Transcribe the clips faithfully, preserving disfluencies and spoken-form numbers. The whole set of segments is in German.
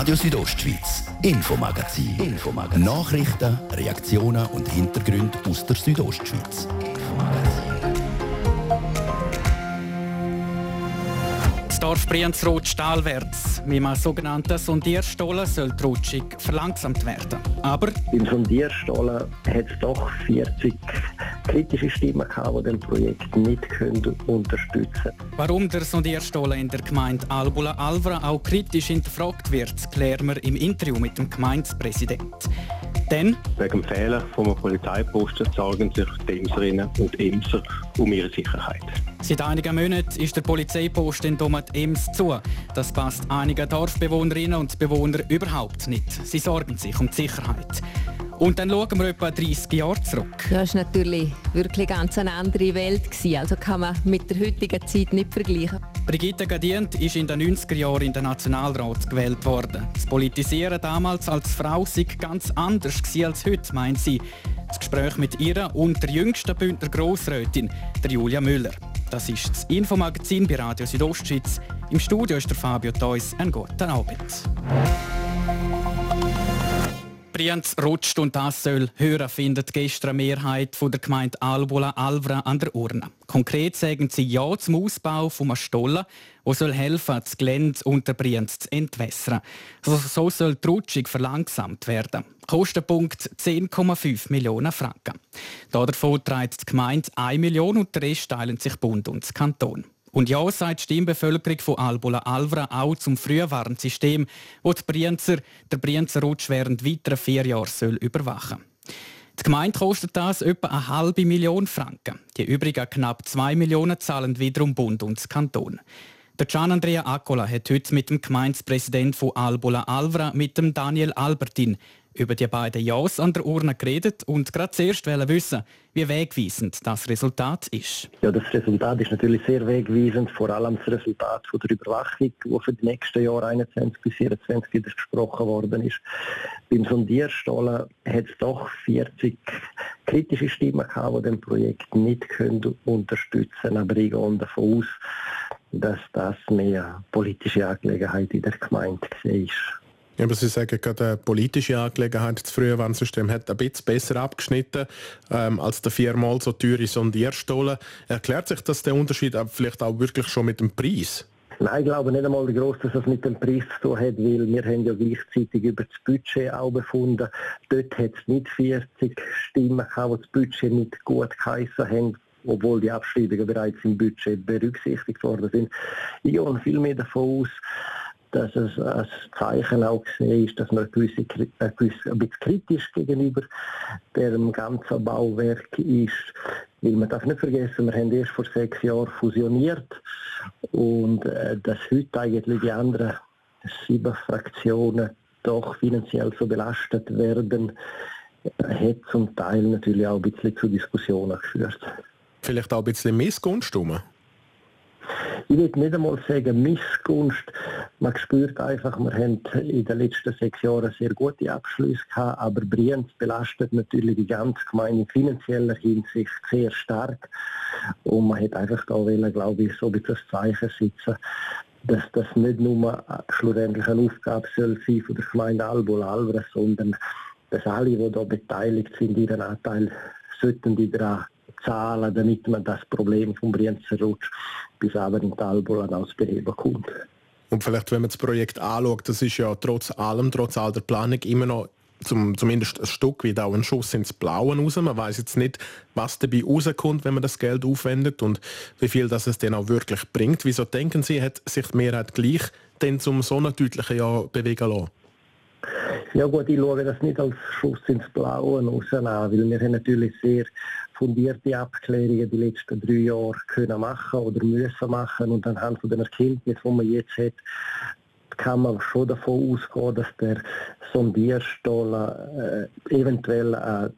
Radio Südostschweiz, Infomagazin. Infomagazin. Nachrichten, Reaktionen und Hintergründe aus der Südostschweiz. Das Dorf Brienz-Roth stahlwärts. Mit einem sogenannten Sondierstollen soll die Rutschung verlangsamt werden. Aber beim Sondierstollen hat es doch vierzig kritische Stimmen gehabt, die dem Projekt nicht unterstützen können. Warum der Sondierstollen in der Gemeinde Albula-Alvra auch kritisch hinterfragt wird, klären wir im Interview mit dem Gemeindepräsidenten. Denn wegen dem Fehlen von einem Polizeiposten sorgen sich die Emserinnen und Emser um ihre Sicherheit. Seit einigen Monaten ist der Polizeipost in Domat Ems zu. Das passt einigen Dorfbewohnerinnen und Bewohnern überhaupt nicht. Sie sorgen sich um die Sicherheit. Und dann schauen wir etwa dreißig Jahre zurück. Das war natürlich wirklich ganz eine andere Welt. Also kann man mit der heutigen Zeit nicht vergleichen. Brigitte Gadient ist in den neunziger Jahren in den Nationalrat gewählt worden. Das Politisieren damals als Frau sei ganz anders als heute, meint sie. Das Gespräch mit ihr und der jüngsten Bündner Grossrätin, der Julia Müller. Das ist das Infomagazin bei Radio Südostschweiz. Im Studio ist der Fabio Theus. Einen guten Abend. Brienz rutscht und das soll hören, findet gestern eine Mehrheit von der Gemeinde Albula-Alvra an der Urne. Konkret sagen sie Ja zum Ausbau von einem Stollen, der soll helfen, das Gelände unter Brienz zu entwässern. So, so soll die Rutschung verlangsamt werden. Kostenpunkt zehn Komma fünf Millionen Franken. Davon trägt die Gemeinde eine Million und der Rest teilen sich Bund und Kanton. Und ja, sagt die Stimmbevölkerung von Albula-Alvra auch zum Frühwarnsystem, das die Brienzer, der Brienzer Rutsch während weiteren vier Jahren soll überwachen soll. Die Gemeinde kostet das etwa eine halbe Million Franken. Die übrigen knapp zwei Millionen zahlen wiederum Bund und Kanton. Der Gian Andrea Accola hat heute mit dem Gemeindepräsidenten von Albula-Alvra, mit dem Daniel Albertin, über die beiden Ja's an der Urne geredet und gerade zuerst wissen, wie wegweisend das Resultat ist. Ja, das Resultat ist natürlich sehr wegweisend, vor allem das Resultat von der Überwachung, die für die nächsten Jahre einundzwanzig bis vierundzwanzig wieder gesprochen worden ist. Beim Sondierstollen hat es doch vierzig kritische Stimmen gehabt, die dem Projekt nicht können unterstützen können. Aber ich gehe davon aus, dass das mehr politische Angelegenheit in der Gemeinde ist. Ja, aber Sie sagen gerade, eine politische Angelegenheit, das Frühwarnsystem hat ein bisschen besser abgeschnitten ähm, als der viermal so teure Sondierstollen. Erklärt sich das der Unterschied vielleicht auch wirklich schon mit dem Preis? Nein, ich glaube nicht einmal gross, dass es mit dem Preis zu tun hat, weil wir haben ja gleichzeitig über das Budget auch befunden. Dort hat es nicht vierzig Stimmen gehabt, die das Budget nicht gut geheissen haben, obwohl die Abschreibungen bereits im Budget berücksichtigt worden sind. Ich gehe viel mehr davon aus, dass es als Zeichen auch gesehen ist, dass man ein, gewisse, ein, gewisse, ein bisschen kritisch gegenüber dem ganzen Bauwerk ist. Weil man darf nicht vergessen, wir haben erst vor sechs Jahren fusioniert und äh, dass heute eigentlich die anderen sieben Fraktionen doch finanziell so belastet werden, äh, hat zum Teil natürlich auch ein bisschen zu Diskussionen geführt. Vielleicht auch ein bisschen Missgunst rum? Ich würde nicht einmal sagen Missgunst. Man spürt einfach, wir haben in den letzten sechs Jahren sehr gute Abschlüsse gehabt, aber Brienz belastet natürlich die ganze Gemeinde in finanzieller Hinsicht sehr stark. Und man hat einfach da wollen, glaube ich, so ein bisschen das Zeichen setzen, dass das nicht nur schlussendlich eine Aufgabe soll sein von der Gemeinde Albula-Alvra, sondern dass alle, die da beteiligt sind, ihren Anteil sollten die daran zahlen, damit man das Problem vom Brienzer Rutsch bis aber in die Albula ausbeheben kommt. Und vielleicht, wenn man das Projekt anschaut, das ist ja trotz allem, trotz all der Planung immer noch zum, zumindest ein Stück weit auch ein Schuss ins Blaue raus. Man weiß jetzt nicht, was dabei rauskommt, wenn man das Geld aufwendet und wie viel das es dann auch wirklich bringt. Wieso denken Sie, hat sich die Mehrheit gleich denn zum so einem deutlichen Ja bewegen lassen? Ja gut, ich schaue das nicht als Schuss ins Blaue raus an, weil wir haben natürlich sehr fundierte Abklärungen die letzten drei Jahre können machen oder müssen machen und anhand von den Erkenntnissen, die man jetzt hat, kann man schon davon ausgehen, dass der Sondierstollen äh, eventuell ein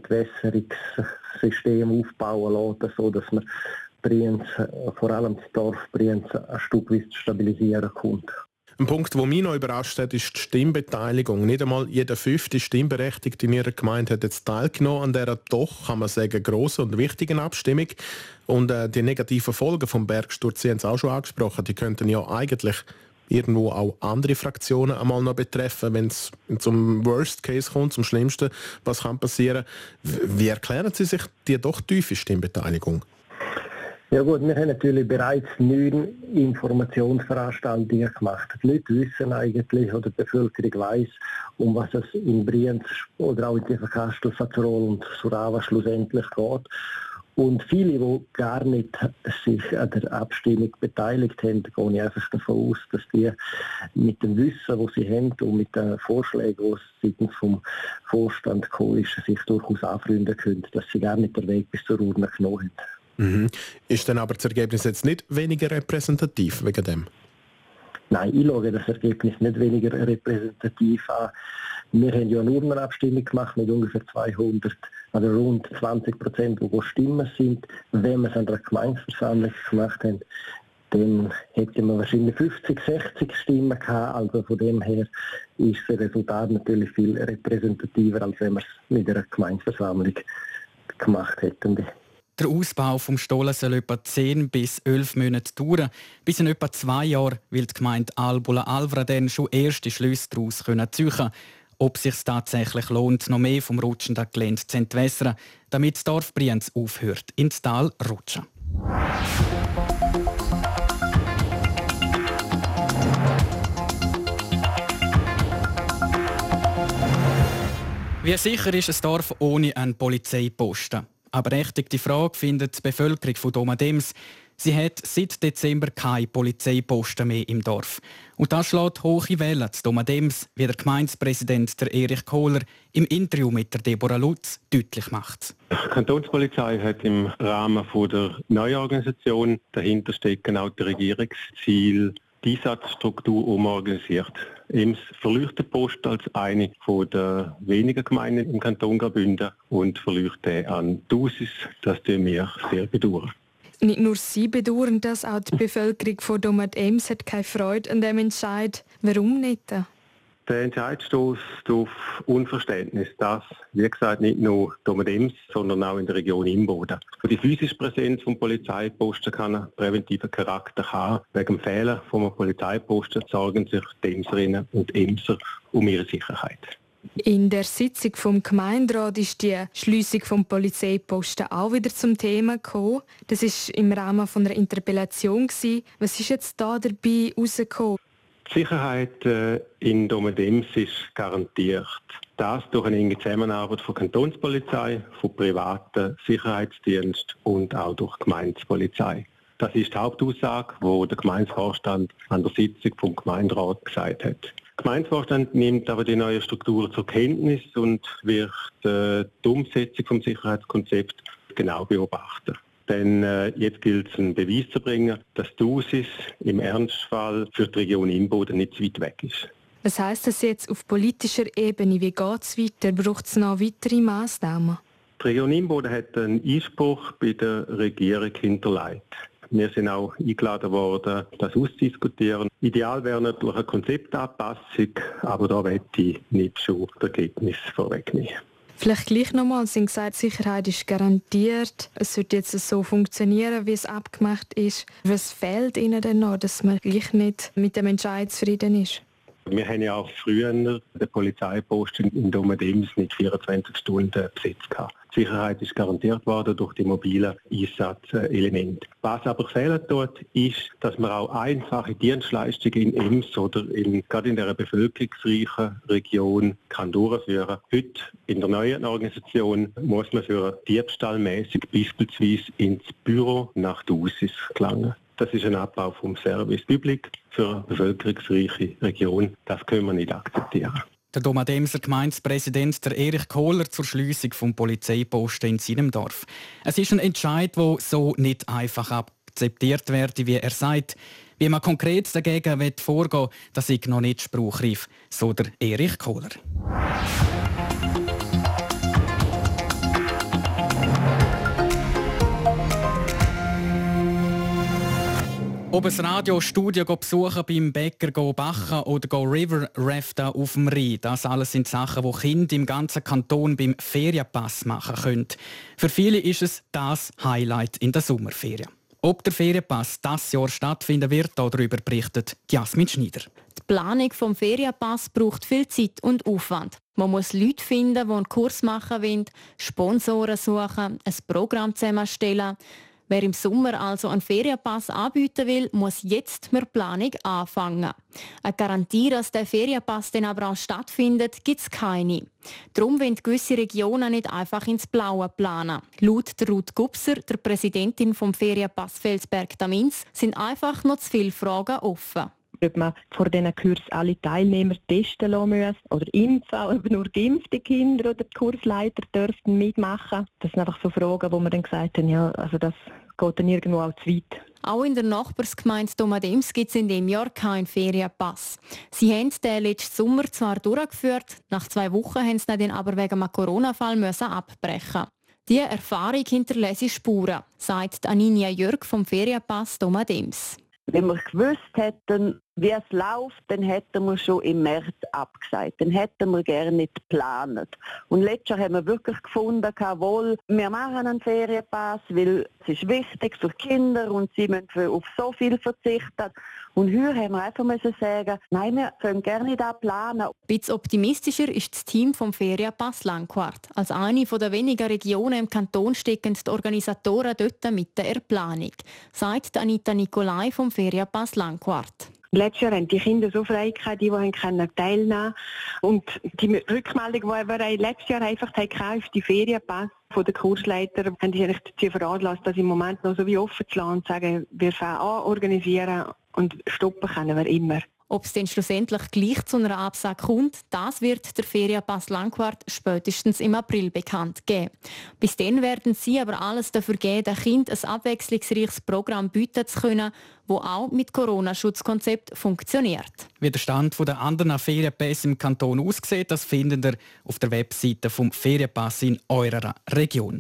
Entwässerungssystem aufbauen lässt, so dass man Brienz, vor allem das Dorf Brienz, ein Stück weit stabilisieren kommt. Ein Punkt, der mich noch überrascht hat, ist die Stimmbeteiligung. Nicht einmal jeder fünfte Stimmberechtigte in ihrer Gemeinde hat jetzt teilgenommen an dieser doch, kann man sagen, grossen und wichtigen Abstimmung. Und äh, die negativen Folgen vom Bergsturz, Sie haben es auch schon angesprochen, die könnten ja eigentlich irgendwo auch andere Fraktionen einmal noch betreffen, wenn es zum Worst Case kommt, zum Schlimmsten, was kann passieren. Wie erklären Sie sich die doch tiefe Stimmbeteiligung? Ja gut, wir haben natürlich bereits neun Informationsveranstaltungen gemacht. Die Leute wissen eigentlich, oder die Bevölkerung weiss, um was es in Brienz oder auch in Tieferkastel, Satzerol und Surava schlussendlich geht. Und viele, die gar nicht sich an der Abstimmung beteiligt haben, gehe ich einfach davon aus, dass die mit dem Wissen, das sie haben und mit den Vorschlägen, die seitens vom Vorstand gekommen ist, sich durchaus anfreunden können, dass sie gar nicht den Weg bis zur Urne genommen haben. Mhm. Ist dann aber das Ergebnis jetzt nicht weniger repräsentativ wegen dem? Nein, ich schaue das Ergebnis nicht weniger repräsentativ an. Wir haben ja eine Urnenabstimmung gemacht mit ungefähr zweihundert, also rund zwanzig Prozent, die Stimmen sind. Wenn wir es an der Gemeindeversammlung gemacht haben, dann hätten wir wahrscheinlich fünfzig, sechzig Stimmen gehabt. Also von dem her ist das Resultat natürlich viel repräsentativer, als wenn wir es mit einer Gemeindeversammlung gemacht hätten. Der Ausbau des Stollen soll etwa zehn bis elf Monate dauern. Bis in etwa zwei Jahren will die Gemeinde Albula-Alvra dann schon erste Schlüsse daraus ziehen können. Ob es sich tatsächlich lohnt, noch mehr vom rutschenden Gelände zu entwässern, damit das Dorf Brienz aufhört, ins Tal zu rutschen. Wie sicher ist ein Dorf ohne einen Polizeiposten? Eine berechtigte Frage findet die Bevölkerung von Domadems. Sie hat seit Dezember keine Polizeiposten mehr im Dorf. Und das schlägt hohe Wellen zu Domadems, wie der Gemeindepräsident der Erich Kohler im Interview mit der Deborah Lutz deutlich macht. Die Kantonspolizei hat im Rahmen der Neuorganisation, dahinter stecken auch die Regierungsziele, die Einsatzstruktur umorganisiert. Ems verliert den Post als eine der wenigen Gemeinden im Kanton Graubünden und verliert den an die Dosis. Das tun wir sehr bedauern. Nicht nur Sie bedauern das, auch die Bevölkerung von Domadems hat keine Freude an dem Entscheid. Warum nicht? Der Entscheid stößt auf Unverständnis, das, wie gesagt, nicht nur Domadems, sondern auch in der Region Imboden. Für die physische Präsenz des Polizeiposten kann einen präventiven Charakter haben. Wegen dem Fehlen von Polizeiposten sorgen sich die Emserinnen und Emser um ihre Sicherheit. In der Sitzung vom Gemeinderat ist die Schliessung vom Polizeiposten auch wieder zum Thema gekommen. Das ist im Rahmen von einer Interpellation gewesen. Was ist jetzt da dabei herausgekommen? Die Sicherheit äh, in Domadems ist garantiert. Das durch eine enge Zusammenarbeit von Kantonspolizei, von privaten Sicherheitsdiensten und auch durch die Gemeindepolizei. Das ist die Hauptaussage, die der Gemeindevorstand an der Sitzung vom Gemeinderat gesagt hat. Der Gemeindevorstand nimmt aber die neue Struktur zur Kenntnis und wird äh, die Umsetzung des Sicherheitskonzepts genau beobachten. Denn äh, jetzt gilt es, einen Beweis zu bringen, dass die Dosis im Ernstfall für die Region Imboden nicht zu weit weg ist. Was heisst das jetzt auf politischer Ebene? Wie geht es weiter? Braucht es noch weitere Massnahmen? Die Region Imboden hat einen Einspruch bei der Regierung hinterlegt. Wir sind auch eingeladen worden, das auszudiskutieren. Ideal wäre natürlich eine Konzeptanpassung, aber da möchte ich nicht schon das Ergebnis vorwegnehmen. Vielleicht gleich nochmal, Sie haben gesagt, Sicherheit ist garantiert. Es wird jetzt so funktionieren, wie es abgemacht ist. Was fehlt Ihnen denn noch, dass man gleich nicht mit dem Entscheid zufrieden ist? Wir haben ja auch früher den Polizeiposten in Domadems nicht vierundzwanzig Stunden besetzt gehabt. Die Sicherheit ist garantiert worden durch die mobilen Einsatzelemente. Was aber fehlen tut, ist, dass man auch einfache Dienstleistungen in Ems oder in, gerade in der bevölkerungsreichen Region kann durchführen kann. Heute in der neuen Organisation muss man für diebstahlmäßig beispielsweise ins Büro nach Dosis gelangen. Das ist ein Abbau vom Service Public für eine bevölkerungsreiche Region. Das können wir nicht akzeptieren. Der Domademser Gemeindepräsident der Erich Kohler zur Schliessung des Polizeiposten in seinem Dorf. Es ist ein Entscheid, der so nicht einfach akzeptiert werde, wie er sagt. Wie man konkret dagegen vorgehen will, das ist noch nicht spruchreif, so der Erich Kohler. Ob ein Radiostudio besuchen, beim Bäcker backen oder River raften auf dem Rhein, das alles sind Sachen, die Kinder im ganzen Kanton beim Ferienpass machen können. Für viele ist es das Highlight in der Sommerferien. Ob der Ferienpass dieses Jahr stattfinden wird, darüber berichtet Jasmin Schneider. Die Planung des Ferienpass braucht viel Zeit und Aufwand. Man muss Leute finden, die einen Kurs machen wollen, Sponsoren suchen, ein Programm zusammenstellen. Wer im Sommer also einen Ferienpass anbieten will, muss jetzt mit der Planung anfangen. Eine Garantie, dass der Ferienpass dann aber auch stattfindet, gibt es keine. Darum wollen gewisse Regionen nicht einfach ins Blaue planen. Laut Ruth Gubser, der Präsidentin vom Ferienpass Felsberg-Damins, sind einfach noch zu viele Fragen offen. Ob man vor diesen Kurs alle Teilnehmer testen lassen muss oder impfen, ob nur geimpfte Kinder oder die Kursleiter dürften mitmachen. Das sind einfach so Fragen, wo wir dann gesagt haben, ja, also das geht dann irgendwo auch zu weit. Auch in der Nachbarsgemeinde Domadems gibt es in diesem Jahr keinen Ferienpass. Sie haben den letzten Sommer zwar durchgeführt, nach zwei Wochen haben sie dann aber wegen einem Corona-Fall abbrechen. Diese Erfahrung hinterlässt Spuren, sagt Aninia Jörg vom Ferienpass Domadems. Wenn wir gewusst hätten, wie es läuft, dann hätten wir schon im März abgesagt. Dann hätten wir gerne nicht geplant. Und letztes Jahr haben wir wirklich gefunden, wohl, wir machen einen Ferienpass, weil es ist wichtig für die Kinder und sie müssen auf so viel verzichten. Und heute haben wir einfach müssen sagen, nein, wir können gerne da planen. Ein bisschen optimistischer ist das Team vom Ferienpass Langquart. Als eine der wenigen Regionen im Kanton stecken die Organisatoren dort mit der Planung, sagt Anita Nicolai vom Ferienpass Langquart. Letztes Jahr haben die Kinder so frei gehabt, die, die teilnehmen konnten. Und die Rückmeldung, die wir letztes Jahr einfach hatten, auf die Ferienpass von den Kursleitern, haben die eigentlich dazu veranlasst, das im Moment noch so wie offen zu lassen und sagen, wir fangen an, organisieren und stoppen können wir immer. Ob es dann schlussendlich gleich zu einer Absage kommt, das wird der Ferienpass Langquart spätestens im April bekannt geben. Bis dann werden sie aber alles dafür geben, den Kindern ein abwechslungsreiches Programm bieten zu können, das auch mit Corona-Schutzkonzept funktioniert. Wie der Stand der anderen Ferienpässe im Kanton aussieht, das findet ihr auf der Webseite vom Ferienpass in eurer Region.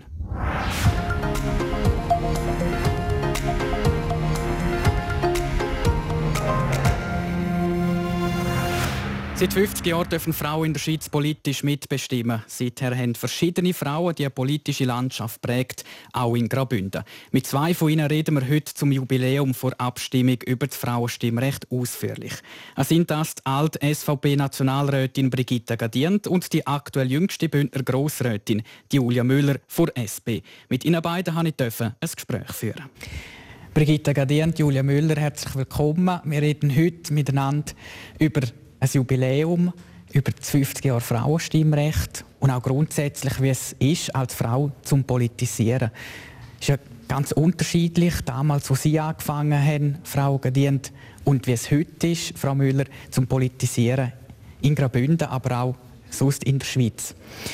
Seit fünfzig Jahren dürfen Frauen in der Schweiz politisch mitbestimmen. Seither haben verschiedene Frauen die politische Landschaft prägt, auch in Graubünden. Mit zwei von ihnen reden wir heute zum Jubiläum vor Abstimmung über das Frauenstimmrecht ausführlich. Es sind das die alte S V P-Nationalrätin Brigitte Gadient und die aktuell jüngste Bündner Grossrätin Julia Müller von S P. Mit ihnen beiden durfte ich ein Gespräch führen. Brigitte Gadient, Julia Müller, herzlich willkommen. Wir reden heute miteinander über ein Jubiläum, über das fünfzig Jahre Frauenstimmrecht und auch grundsätzlich, wie es ist, als Frau zum Politisieren. Es ist ja ganz unterschiedlich, damals, als Sie angefangen haben, Frau Gadient, und wie es heute ist, Frau Müller, zum Politisieren in Graubünden, aber auch sonst in der Schweiz.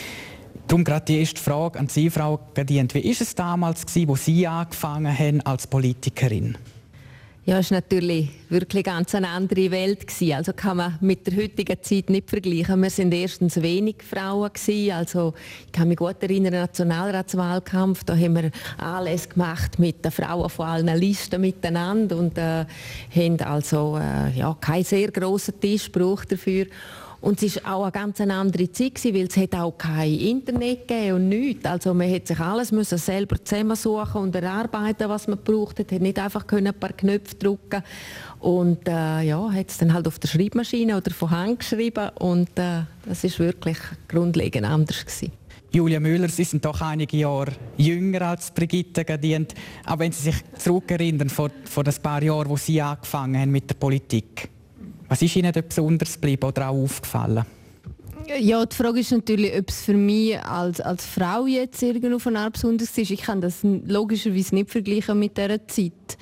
Darum gerade die erste Frage an Sie, Frau Gadient. Wie war es damals, als Sie angefangen haben als Politikerin? Ja, es war natürlich wirklich ganz eine andere Welt. Also kann man mit der heutigen Zeit nicht vergleichen. Wir waren erstens wenig Frauen. Also ich kann mich gut erinnern, am Nationalratswahlkampf, da haben wir Anlässe gemacht mit den Frauen von allen Listen miteinander und äh, haben also äh, ja, keinen sehr grossen Tischbruch dafür. Und es war auch eine ganz andere Zeit, weil es hat auch kein Internet gegeben und nichts. Also man musste sich alles müssen selber zusammensuchen und erarbeiten, was man braucht. Man konnte nicht einfach ein paar Knöpfe drücken. Und äh, ja, hat es dann halt auf der Schreibmaschine oder von Hand geschrieben. Und äh, das war wirklich grundlegend anders gewesen. Julia Müller, Sie sind doch einige Jahre jünger als Brigitte Gadient. Aber wenn Sie sich zurückerinnern, vor, vor ein paar Jahren, wo Sie angefangen haben mit der Politik, was ist Ihnen dort besonders geblieben oder auch aufgefallen? Ja, die Frage ist natürlich, ob es für mich als, als Frau jetzt irgendwo von einer besonders ist. Ich kann das logischerweise nicht vergleichen mit dieser Zeit.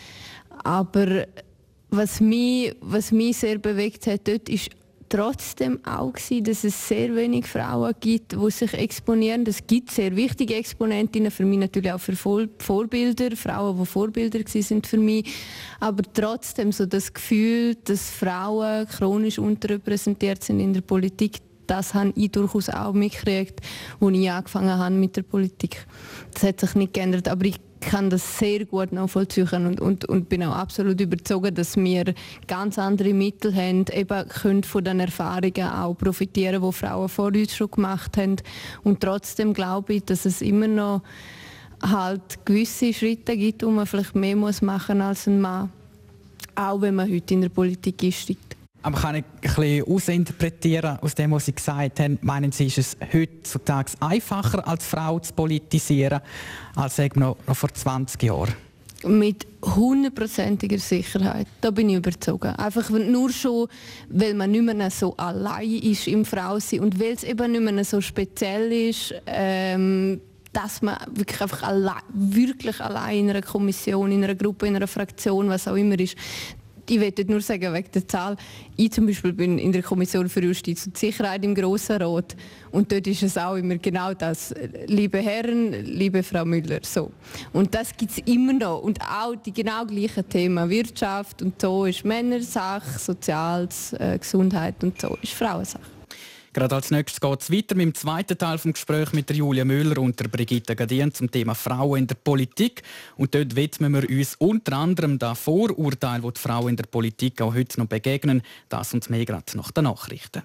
Aber was mich, was mich sehr bewegt hat dort, ist trotzdem auch gewesen, dass es sehr wenig Frauen gibt, die sich exponieren. Es gibt sehr wichtige Exponentinnen, für mich natürlich auch für Vorbilder, Frauen, die Vorbilder sind für mich. Aber trotzdem so das Gefühl, dass Frauen chronisch unterrepräsentiert sind in der Politik, das habe ich durchaus auch mitgekriegt, als ich angefangen habe mit der Politik. Das hat sich nicht geändert, aber ich kann das sehr gut nachvollziehen und, und, und bin auch absolut überzeugt, dass wir ganz andere Mittel haben, eben können von den Erfahrungen auch profitieren, die Frauen vor uns schon gemacht haben. Und trotzdem glaube ich, dass es immer noch halt gewisse Schritte gibt, die man vielleicht mehr muss machen als ein Mann. Auch wenn man heute in der Politik ist. Aber kann ich ein bisschen ausinterpretieren aus dem, was Sie gesagt haben? Meinen Sie, ist es heutzutage einfacher als Frau zu politisieren, als eben noch, noch vor zwanzig Jahren? Mit hundertprozentiger Sicherheit, da bin ich überzeugt. Einfach nur schon, weil man nicht mehr so allein ist im Frausein und weil es eben nicht mehr so speziell ist, ähm, dass man wirklich einfach allein, wirklich allein in einer Kommission, in einer Gruppe, in einer Fraktion, was auch immer ist. Ich möchte nur sagen, wegen der Zahl. Ich zum Beispiel bin in der Kommission für Justiz und Sicherheit im Grossen Rat und dort ist es auch immer genau das. Liebe Herren, liebe Frau Müller. So. Und das gibt es immer noch. Und auch die genau gleichen Themen. Wirtschaft und so ist Männersache, Soziales, äh, Gesundheit und so ist Frauensache. Gerade als nächstes geht es weiter mit dem zweiten Teil des Gesprächs mit der Julia Müller und der Brigitte Gadien zum Thema Frauen in der Politik. Und dort widmen wir uns unter anderem den Vorurteilen, die die Frauen in der Politik auch heute noch begegnen. Das und mehr gerade nach den Nachrichten.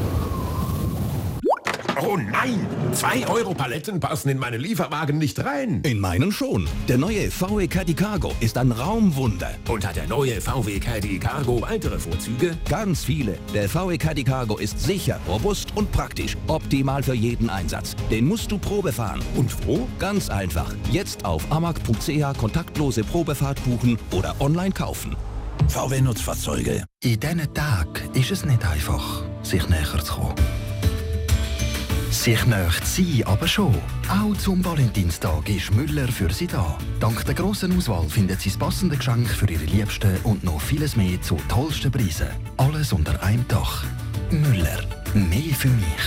Oh nein! Zwei Euro Paletten passen in meinen Lieferwagen nicht rein. In meinen schon. Der neue V W Caddy Cargo ist ein Raumwunder. Und hat der neue V W Caddy Cargo weitere Vorzüge? Ganz viele. Der V W Caddy Cargo ist sicher, robust und praktisch. Optimal für jeden Einsatz. Den musst du Probe fahren. Und wo? Ganz einfach. Jetzt auf amag punkt c h kontaktlose Probefahrt buchen oder online kaufen. V W-Nutzfahrzeuge. In diesen Tagen ist es nicht einfach, sich näher zu kommen. Sich näher zu sein, aber schon. Auch zum Valentinstag ist Müller für Sie da. Dank der grossen Auswahl findet Sie das passende Geschenk für Ihre Liebsten und noch vieles mehr zu tollsten Preisen. Alles unter einem Dach. Müller. Mehr für mich.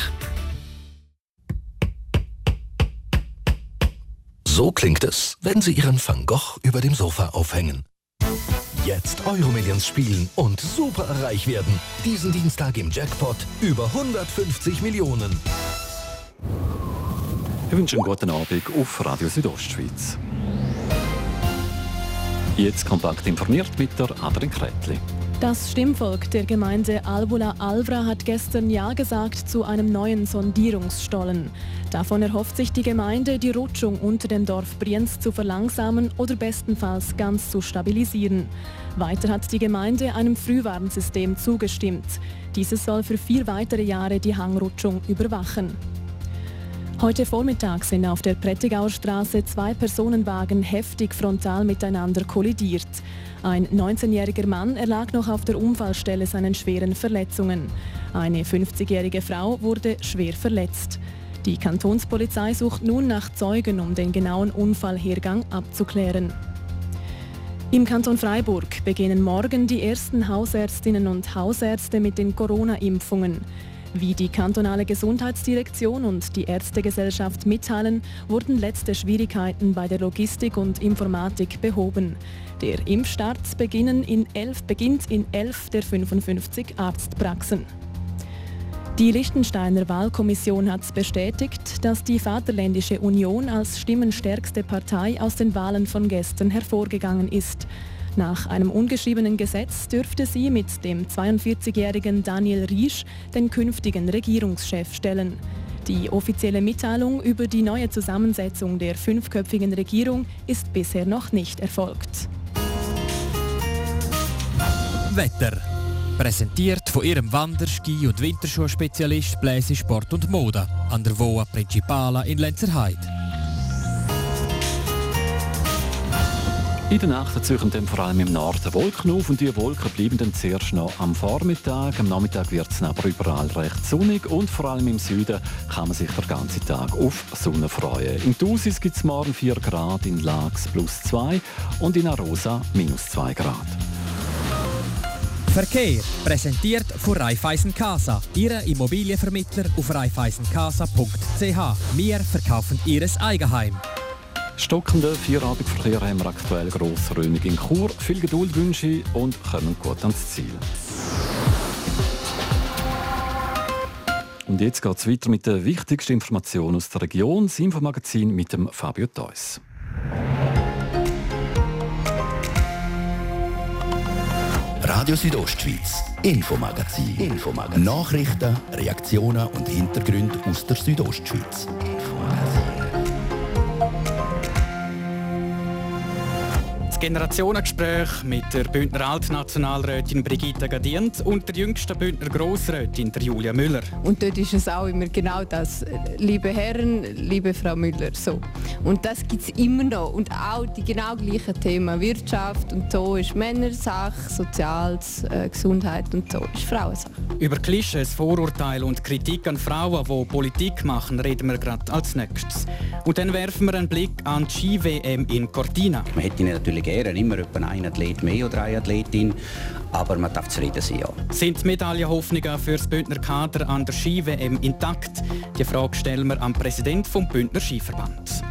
So klingt es, wenn Sie Ihren Van Gogh über dem Sofa aufhängen. Jetzt Euromillions spielen und super reich werden. Diesen Dienstag im Jackpot über hundertfünfzig Millionen. Ich wünsche einen guten Abend auf Radio Südostschweiz. Jetzt kompakt informiert mit der Adrian Kretli. Das Stimmvolk der Gemeinde Albula-Alvra hat gestern Ja gesagt zu einem neuen Sondierungsstollen. Davon erhofft sich die Gemeinde, die Rutschung unter dem Dorf Brienz zu verlangsamen oder bestenfalls ganz zu stabilisieren. Weiter hat die Gemeinde einem Frühwarnsystem zugestimmt. Dieses soll für vier weitere Jahre die Hangrutschung überwachen. Heute Vormittag sind auf der Prättigauer Straße zwei Personenwagen heftig frontal miteinander kollidiert. Ein neunzehnjähriger Mann erlag noch auf der Unfallstelle seinen schweren Verletzungen. Eine fünfzigjährige Frau wurde schwer verletzt. Die Kantonspolizei sucht nun nach Zeugen, um den genauen Unfallhergang abzuklären. Im Kanton Freiburg beginnen morgen die ersten Hausärztinnen und Hausärzte mit den Corona-Impfungen. Wie die kantonale Gesundheitsdirektion und die Ärztegesellschaft mitteilen, wurden letzte Schwierigkeiten bei der Logistik und Informatik behoben. Der Impfstart beginnen in elf, beginnt in elf der fünfundfünfzig Arztpraxen. Die Liechtensteiner Wahlkommission hat bestätigt, dass die Vaterländische Union als stimmenstärkste Partei aus den Wahlen von gestern hervorgegangen ist. Nach einem ungeschriebenen Gesetz dürfte sie mit dem zweiundvierzigjährigen Daniel Riesch den künftigen Regierungschef stellen. Die offizielle Mitteilung über die neue Zusammensetzung der fünfköpfigen Regierung ist bisher noch nicht erfolgt. Wetter. Präsentiert von ihrem Wander-, Ski- und Winterschuhspezialist Bläse Sport und Mode an der Voa Principala in Lenzerheide. In der Nacht ziehen dann vor allem im Norden Wolken auf und die Wolken bleiben dann zuerst noch am Vormittag. Am Nachmittag wird es aber überall recht sonnig und vor allem im Süden kann man sich den ganzen Tag auf Sonne freuen. In Thusis gibt es morgen vier Grad, in Laax plus zwei und in Arosa minus zwei Grad. Verkehr präsentiert von Raiffeisen Casa, Ihre Immobilienvermittler auf raiffeisen casa punkt c h. Wir verkaufen Ihres Eigenheim. Stockenden Feierabendverkehr haben wir aktuell grossräumig in Chur. Viel Geduld wünsche ich und kommen gut ans Ziel. Und jetzt geht es weiter mit der wichtigsten Information aus der Region, das Infomagazin mit dem Fabio Theus. Radio Südostschweiz, Infomagazin. Infomagazin. Nachrichten, Reaktionen und Hintergründe aus der Südostschweiz. Generationengespräch mit der Bündner Altnationalrätin Brigitte Gadient und der jüngsten Bündner Grossrätin der Julia Müller. Und dort ist es auch immer genau das, liebe Herren, liebe Frau Müller. So. Und das gibt es immer noch. Und auch die genau gleichen Themen. Wirtschaft und so ist Männersache, Soziales, äh, Gesundheit und so ist Frauensache. Über Klischees, Vorurteile und Kritik an Frauen, die Politik machen, reden wir gerade als nächstes. Und dann werfen wir einen Blick an die Ski-W M in Cortina. Man hätte natürlich gerne immer etwa einen Athlet mehr oder eine Athletin, aber man darf zufrieden sein. Ja. Sind die Medaillenhoffnungen für das Bündner Kader an der Ski-W M intakt? Die Frage stellen wir am Präsidenten vom Bündner Skiverband.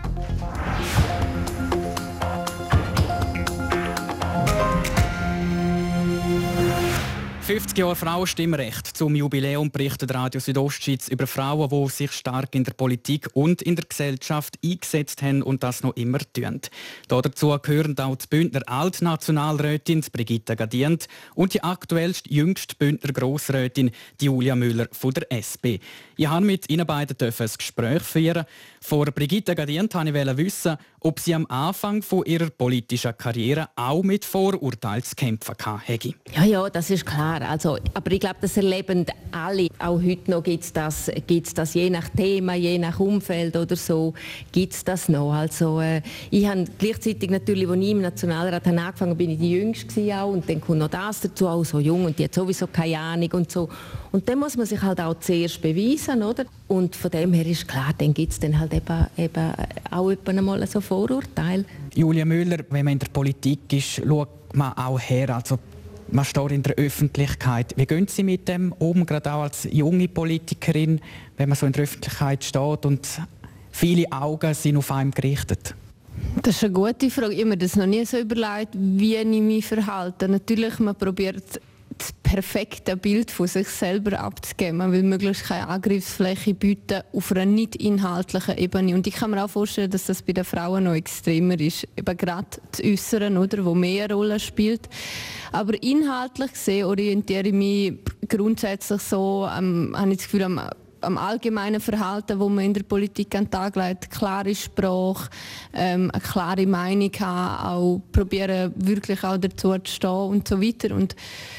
fünfzig Jahre Frauenstimmrecht. Zum Jubiläum berichtet Radio Südostschweiz über Frauen, die sich stark in der Politik und in der Gesellschaft eingesetzt haben und das noch immer tun. Dazu gehören auch die Bündner Altnationalrätin Brigitte Gadient und die aktuellste jüngste Bündner Grossrätin Julia Müller von der S P. Ich habe mit ihnen beiden ein Gespräch führen. Von Brigitte Gadient wollte ich wissen, ob sie am Anfang von ihrer politischen Karriere auch mit Vorurteilen zu kämpfen hatte. Ja, ja, das ist klar. Also, aber ich glaube, das erleben alle. Auch heute noch gibt es das, gibt's das je nach Thema, je nach Umfeld oder so, gibt es das noch. Also, äh, ich habe gleichzeitig natürlich, als ich im Nationalrat habe angefangen habe, bin ich die Jüngste auch. Und dann kommt noch das dazu, auch so jung und die hat sowieso keine Ahnung und so. Und dann muss man sich halt auch zuerst beweisen, oder? Und von dem her ist klar, dann gibt es dann halt eben, eben auch einmal so Vorurteile. Julia Müller, wenn man in der Politik ist, schaut man auch her. Also man steht in der Öffentlichkeit. Wie gehen Sie mit dem um, gerade auch als junge Politikerin, wenn man so in der Öffentlichkeit steht und viele Augen sind auf einem gerichtet? Das ist eine gute Frage. Ich habe mir das noch nie so überlegt, wie ich mich verhalte. Natürlich, man probiert das perfekte Bild von sich selber abzugeben. Man will möglichst keine Angriffsfläche bieten auf einer nicht inhaltlichen Ebene. Und ich kann mir auch vorstellen, dass das bei den Frauen noch extremer ist. Eben gerade das Äußere, oder, wo mehr eine Rolle spielt. Aber inhaltlich gesehen orientiere ich mich grundsätzlich so, ähm, habe ich das Gefühl, am, am allgemeinen Verhalten, das man in der Politik an den Tag legt, klare Sprache, ähm, eine klare Meinung haben, auch probieren wirklich auch dazu zu stehen und so weiter. Und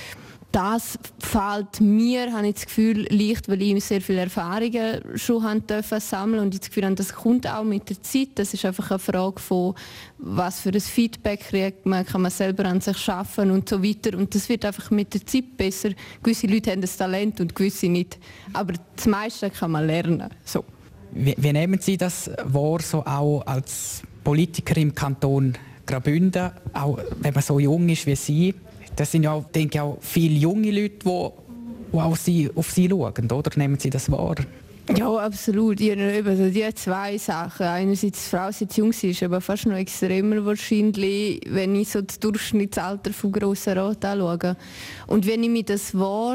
das fällt mir, habe ich das Gefühl, leicht, weil ich sehr viele Erfahrungen schon haben dürfen sammeln und ich das Gefühl habe, das kommt auch mit der Zeit. Das ist einfach eine Frage von, was für ein Feedback kriegt man, kann man selber an sich arbeiten und so weiter. Und das wird einfach mit der Zeit besser. Gewisse Leute haben das Talent und gewisse nicht. Aber das meiste kann man lernen. So. Wie, wie nehmen Sie das wahr, so auch als Politiker im Kanton Graubünden, auch wenn man so jung ist wie Sie? Das sind ja, denke ich, auch viele junge Leute, die, die auch sie, auf Sie schauen, oder? Nehmen Sie das wahr? Ja, absolut. Ich habe eben so die zwei Sachen. Einerseits, die Frau, seit jung ist, aber fast noch extremer wahrscheinlich, wenn ich so das Durchschnittsalter vom Grossen Rat anschaue. Und wenn ich mir das wahr,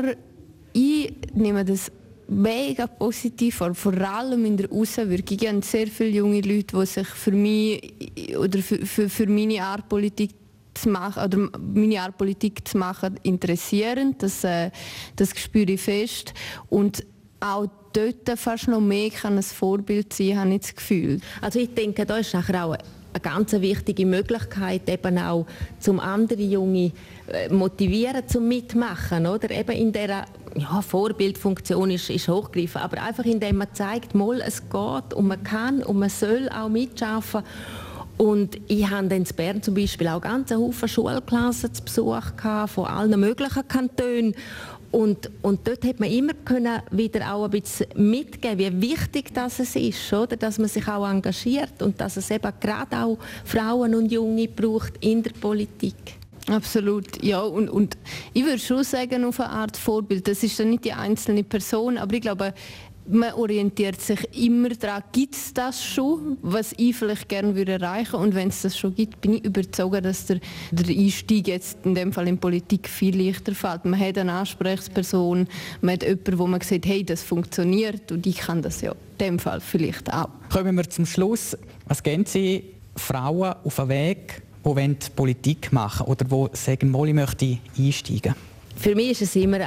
ich nehme das mega positiv vor, vor allem in der Außenwirkung. Ich habe sehr viele junge Leute, die sich für mich oder für, für, für meine Art Politik zu machen, oder meine Art Politik zu machen, interessieren. Das, äh, das spüre ich fest. Und auch dort fast noch mehr kann ein Vorbild sein, habe ich das Gefühl. Also ich denke, da ist nachher auch eine ganz wichtige Möglichkeit, eben auch zum andere Junge motivieren zum Mitmachen, oder? Eben in dieser ja, Vorbildfunktion ist, ist hochgegriffen, aber einfach indem man zeigt, mal, es geht und man kann und man soll auch mitschaffen. Und ich hatte in Bern zum Beispiel auch ganz viele Schulklassen zu Besuch gehabt, von allen möglichen Kantonen. Und, und dort hat man immer können wieder auch ein bisschen mitgeben, wie wichtig das ist, oder? Dass man sich auch engagiert und dass es eben gerade auch Frauen und Junge braucht in der Politik. Absolut, ja. Und, und ich würde schon sagen, auf eine Art Vorbild. Das ist dann nicht die einzelne Person, aber ich glaube, man orientiert sich immer daran, gibt es das schon, was ich vielleicht gerne würde erreichen. Und wenn es das schon gibt, bin ich überzeugt, dass der, der Einstieg jetzt in dem Fall in Politik viel leichter fällt. Man hat eine Ansprechperson, man hat jemanden, wo man sagt, hey, das funktioniert und ich kann das ja in dem Fall vielleicht auch. Kommen wir zum Schluss. Was geben Sie Frauen auf den Weg, die Politik machen wollen oder die sagen, ich möchte einsteigen? Für mich ist es immer eine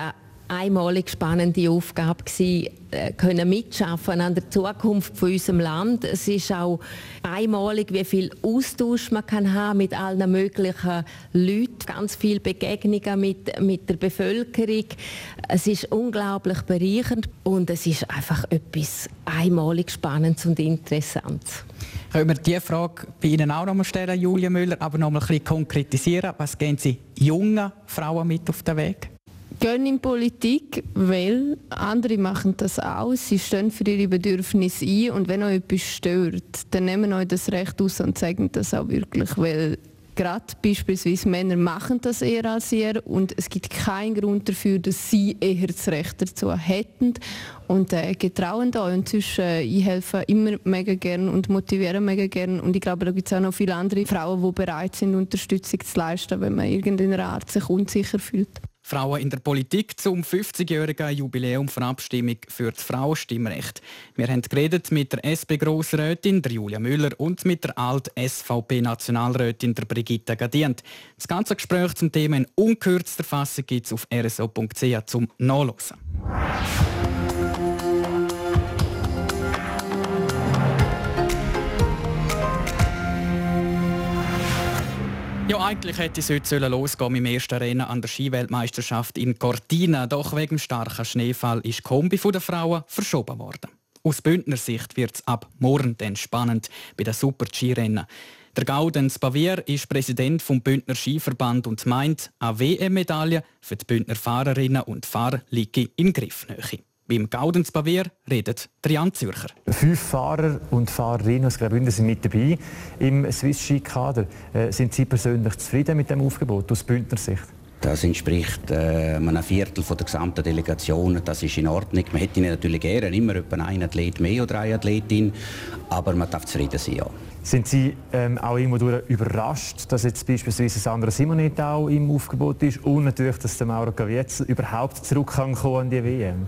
einmalig spannende Aufgabe gewesen, können mitschaffen an der Zukunft von unserem Land. Es ist auch einmalig, wie viel Austausch man kann haben mit allen möglichen Leuten, ganz viele Begegnungen mit, mit der Bevölkerung. Es ist unglaublich bereichernd und es ist einfach etwas einmalig Spannendes und Interessantes. Können wir diese Frage bei Ihnen auch noch mal stellen, Julia Müller, aber noch mal ein bisschen konkretisieren? Was geben Sie jungen Frauen mit auf den Weg? Gehen in Politik, weil andere machen das auch. Sie stehen für ihre Bedürfnisse ein und wenn euch etwas stört, dann nehmen euch das Recht aus und sagen das auch wirklich, weil gerade beispielsweise Männer machen das eher als ihr und es gibt keinen Grund dafür, dass sie eher das Recht dazu hätten und äh, getrauen da und sonst äh, ich helfe immer mega gern und motiviere mega gern und ich glaube, da gibt es auch noch viele andere Frauen, die bereit sind, Unterstützung zu leisten, wenn man irgendeiner Art sich unsicher fühlt. Frauen in der Politik zum fünfzigjährigen Jubiläum für Abstimmung für das Frauenstimmrecht. Wir haben geredet mit der S P-Grossrätin Julia Müller und mit der Alt-S V P-Nationalrätin Brigitte Gadient. Das ganze Gespräch zum Thema in ungekürzter Fassung gibt es auf r s o punkt c h zum Nachlesen. Ja, eigentlich hätte es heute losgehen mit dem ersten Rennen an der Skiweltmeisterschaft in Cortina. Doch wegen dem starken Schneefall ist die Kombi der Frauen verschoben worden. Aus Bündner Sicht wird es ab morgen dann spannend bei den Super-Skirennen. Der Gaudenz Bavier ist Präsident vom Bündner Skiverband und meint, eine W M-Medaille für die Bündner Fahrerinnen und Fahrer liege in Griffnähe. Beim Gaudenz Bavier redet Jan Zürcher. Fünf Fahrer und Fahrerinnen aus Graubünden sind mit dabei im Swiss Ski Kader. Äh, sind Sie persönlich zufrieden mit dem Aufgebot aus Bündner Sicht? Das entspricht äh, einem Viertel von der gesamten Delegation. Das ist in Ordnung. Man hätte natürlich gerne immer etwa einen Athlet mehr oder eine Athletin, aber man darf zufrieden sein, ja. Sind Sie ähm, auch irgendwo überrascht, dass jetzt beispielsweise Sandra Simonet auch im Aufgebot ist und natürlich, dass der Mauro Gaviezel überhaupt zurück kann kommen an die W M?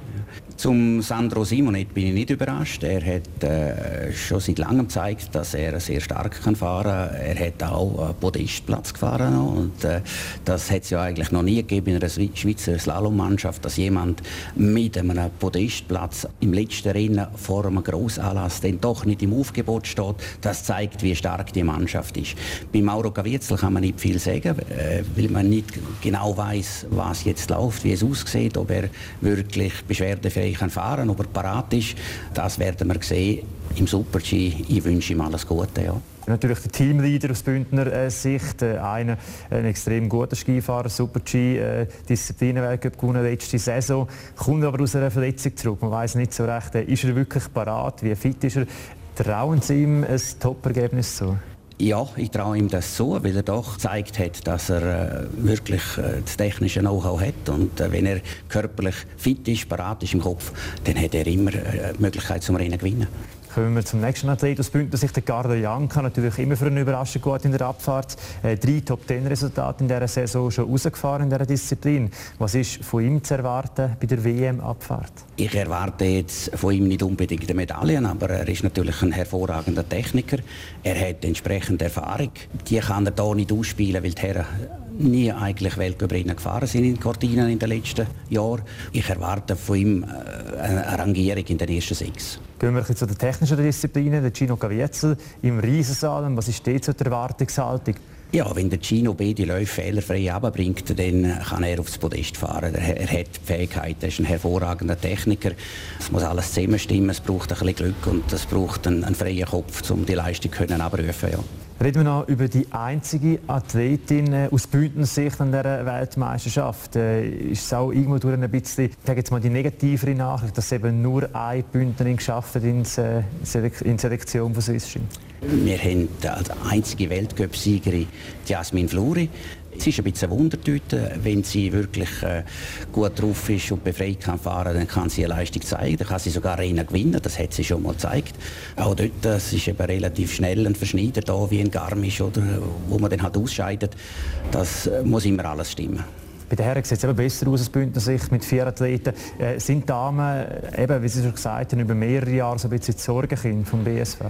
Zum Sandro Simonet bin ich nicht überrascht. Er hat äh, schon seit langem gezeigt, dass er sehr stark kann fahren kann. Er hat auch einen Podestplatz gefahren. Und, äh, das hat es ja eigentlich noch nie gegeben in einer Schweizer Slalommannschaft, dass jemand mit einem Podestplatz im letzten Rennen vor einem Grossanlass dann doch nicht im Aufgebot steht. Das zeigt, wie stark die Mannschaft ist. Bei Mauro Gaviezel kann man nicht viel sagen, weil man nicht genau weiß, was jetzt läuft, wie es aussieht, ob er wirklich beschwerdefähig fahren kann, ob er parat ist. Das werden wir sehen im Super-G. Ich wünsche ihm alles Gute. Ja. Natürlich der Teamleader aus Bündner äh, Sicht, äh, einer, ein extrem guter Skifahrer, Super-G, äh, Disziplinenweltcup gewonnen letzte Saison, kommt aber aus einer Verletzung zurück. Man weiß nicht so recht, äh, ist er wirklich parat, wie fit ist er? Trauen Sie ihm ein Top-Ergebnis zu? Ja, ich traue ihm das so, weil er doch gezeigt hat, dass er äh, wirklich äh, das technische Know-how hat. Und äh, wenn er körperlich fit ist, parat ist im Kopf, dann hat er immer äh, die Möglichkeit zum Rennen zu gewinnen. Kommen wir zum nächsten Athlet aus Bündner Sicht, der Garda Janka, natürlich immer für eine Überraschung gut in der Abfahrt. Äh, drei Top-Ten-Resultate in dieser Saison schon rausgefahren in dieser Disziplin. Was ist von ihm zu erwarten bei der W M-Abfahrt? Ich erwarte jetzt von ihm nicht unbedingt eine Medaille, aber er ist natürlich ein hervorragender Techniker. Er hat entsprechende Erfahrung. Die kann er hier nicht ausspielen, weil die Herren nie eigentlich Weltcuprennen gefahren sind in Cortina in den letzten Jahren. Ich erwarte von ihm eine Rangierung in den ersten sechs. Gehen wir zu den technischen Disziplinen. Der Gino Gaviezel im Riesensalon. Was ist dort so die Erwartungshaltung? Ja, wenn der Gino B die Läufe fehlerfrei runterbringt, dann kann er aufs Podest fahren. Er, er hat die Fähigkeit, er ist ein hervorragender Techniker. Es muss alles zusammenstimmen, es braucht ein bisschen Glück und es braucht einen, einen freien Kopf, um die Leistung können abrufen. Ja. Reden wir noch über die einzige Athletin aus Bündner Sicht an dieser Weltmeisterschaft. Äh, ist es auch irgendwo durch ein bisschen, ich sage jetzt mal, die negativere Nachricht, dass eben nur eine Bündnerin geschafft hat in die Selektion von Swiss Ski? Wir haben als einzige Weltcup-Siegerin Jasmin Fluri. Es ist ein bisschen eine Wundertüte. Wenn sie wirklich äh, gut drauf ist und befreit kann fahren, dann kann sie eine Leistung zeigen. Dann kann sie sogar Rennen gewinnen. Das hat sie schon mal gezeigt. Auch dort das ist eben relativ schnell ein Verschneider da, wie ein Garmisch, oder, wo man dann halt ausscheidet. Das äh, muss immer alles stimmen. Bei den Herren sieht es eben besser aus aus Bündner Sicht mit vier Athleten. Äh, sind Damen, eben, wie Sie schon gesagt haben, über mehrere Jahre so ein bisschen die Sorgenkinder vom B S V?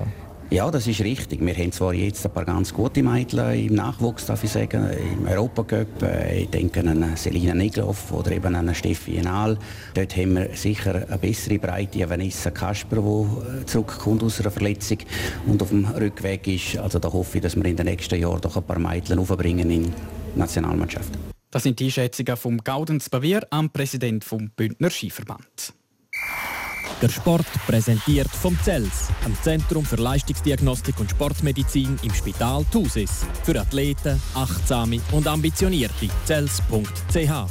Ja, das ist richtig. Wir haben zwar jetzt ein paar ganz gute Mädchen im Nachwuchs, darf ich sagen, im Europacup. Ich denke an Selina Negloff oder eben an Steffi Enal. Dort haben wir sicher eine bessere Breite. Vanessa Kasper, die zurückkommt aus einer Verletzung und auf dem Rückweg ist. Also da hoffe ich, dass wir in den nächsten Jahren doch ein paar Mädchen aufbringen in die Nationalmannschaft. Das sind die Einschätzungen vom Gaudenz Bavier, am Präsident vom Bündner Skiverband. Der Sport präsentiert vom C E L S, am Zentrum für Leistungsdiagnostik und Sportmedizin im Spital Thusis. Für Athleten, Achtsame und Ambitionierte. cels punkt c h.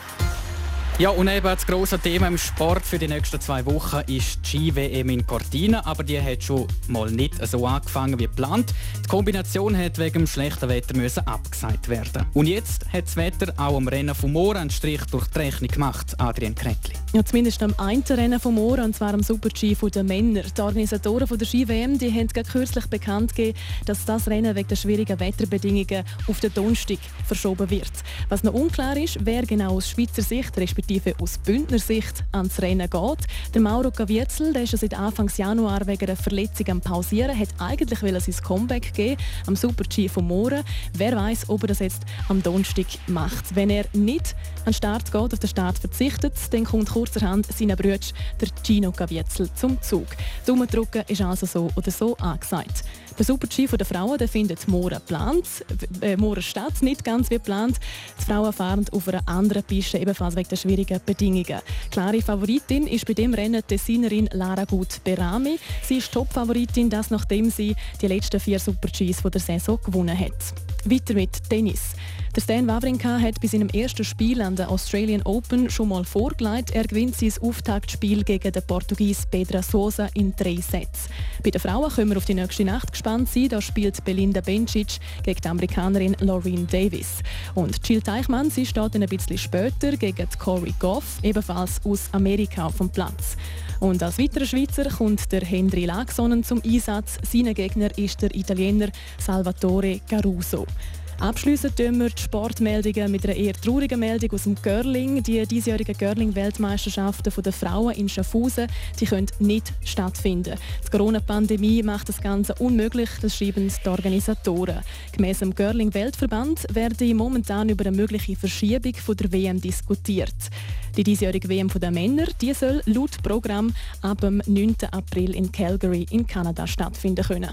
Ja, und eben das grosse Thema im Sport für die nächsten zwei Wochen ist die Ski-W M in Cortina, aber die hat schon mal nicht so angefangen wie geplant. Die Kombination hat wegen dem schlechten Wetter müssen abgesagt werden. Und jetzt hat das Wetter auch am Rennen vom Mora einen Strich durch die Rechnung gemacht, Adrian Kretli. Ja, zumindest am einen Rennen vom Mora, und zwar am Super-G der Männer. Die Organisatoren der Ski-W M die haben kürzlich bekannt gegeben, dass das Rennen wegen der schwierigen Wetterbedingungen auf den Donnerstag verschoben wird. Was noch unklar ist, wer genau aus Schweizer Sicht, respektive aus Bündner Sicht, ans Rennen geht. Der Mauro Caviezel, der ist ja seit Anfang Januar wegen einer Verletzung am Pausieren, hat eigentlich sein Comeback geben am Super-G vom Mora. Wer weiß, ob er das jetzt am Donnerstag macht. Wenn er nicht an den Start geht, auf den Start verzichtet, dann kommt kurzerhand sein Bruder, der Gino Caviezel, zum Zug. Daumendrücken ist also so oder so angesagt. Der Super-G der Frauen der findet Mora geplant, äh, Mora statt, nicht ganz wie geplant. Die Frauen fahren auf einer anderen Piste, ebenfalls wegen der schwierigen Bedingungen. Klare Favoritin ist bei dem Rennen die Designerin Lara Gut-Berami. Sie ist Top-Favoritin, das nachdem sie die letzten vier Super-Gs der Saison gewonnen hat. Weiter mit Tennis. Der Stan Wawrinka hat bei seinem ersten Spiel an der Australian Open schon mal vorgelegt. Er gewinnt sein Auftaktspiel gegen den Portugies Pedro Sousa in drei Sätzen. Bei den Frauen können wir auf die nächste Nacht gespannt sein. Da spielt Belinda Bencic gegen die Amerikanerin Laureen Davis. Und Jill Teichmann, sie steht ein bisschen später gegen Corey Goff, ebenfalls aus Amerika auf dem Platz. Und als weiterer Schweizer kommt der Henry Laaksonen zum Einsatz. Sein Gegner ist der Italiener Salvatore Caruso. Abschliessen tun wir die Sportmeldungen mit einer eher traurigen Meldung aus dem Curling. Die diesjährigen Curling-Weltmeisterschaften der Frauen in Schaffhausen die können nicht stattfinden. Die Corona-Pandemie macht das Ganze unmöglich, das schreiben die Organisatoren. Gemäss dem Curling-Weltverband werde momentan über eine mögliche Verschiebung von der W M diskutiert. Die diesjährige W M der Männer die soll laut Programm ab dem neunten April in Calgary in Kanada stattfinden können.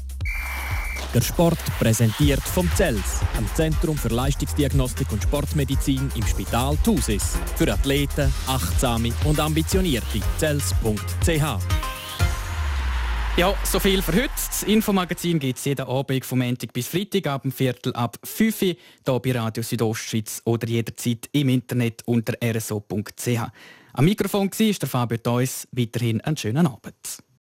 Der Sport präsentiert vom C E L S, am Zentrum für Leistungsdiagnostik und Sportmedizin im Spital Thusis. Für Athleten, Achtsame und Ambitionierte. cels punkt c h. Ja, so viel für heute. Das Infomagazin gibt es jeden Abend vom Montag bis Freitag ab dem Viertel ab fünf Uhr hier bei Radio Südostschweiz oder jederzeit im Internet unter r s o punkt c h. Am Mikrofon war der Fabio Theus. Weiterhin einen schönen Abend.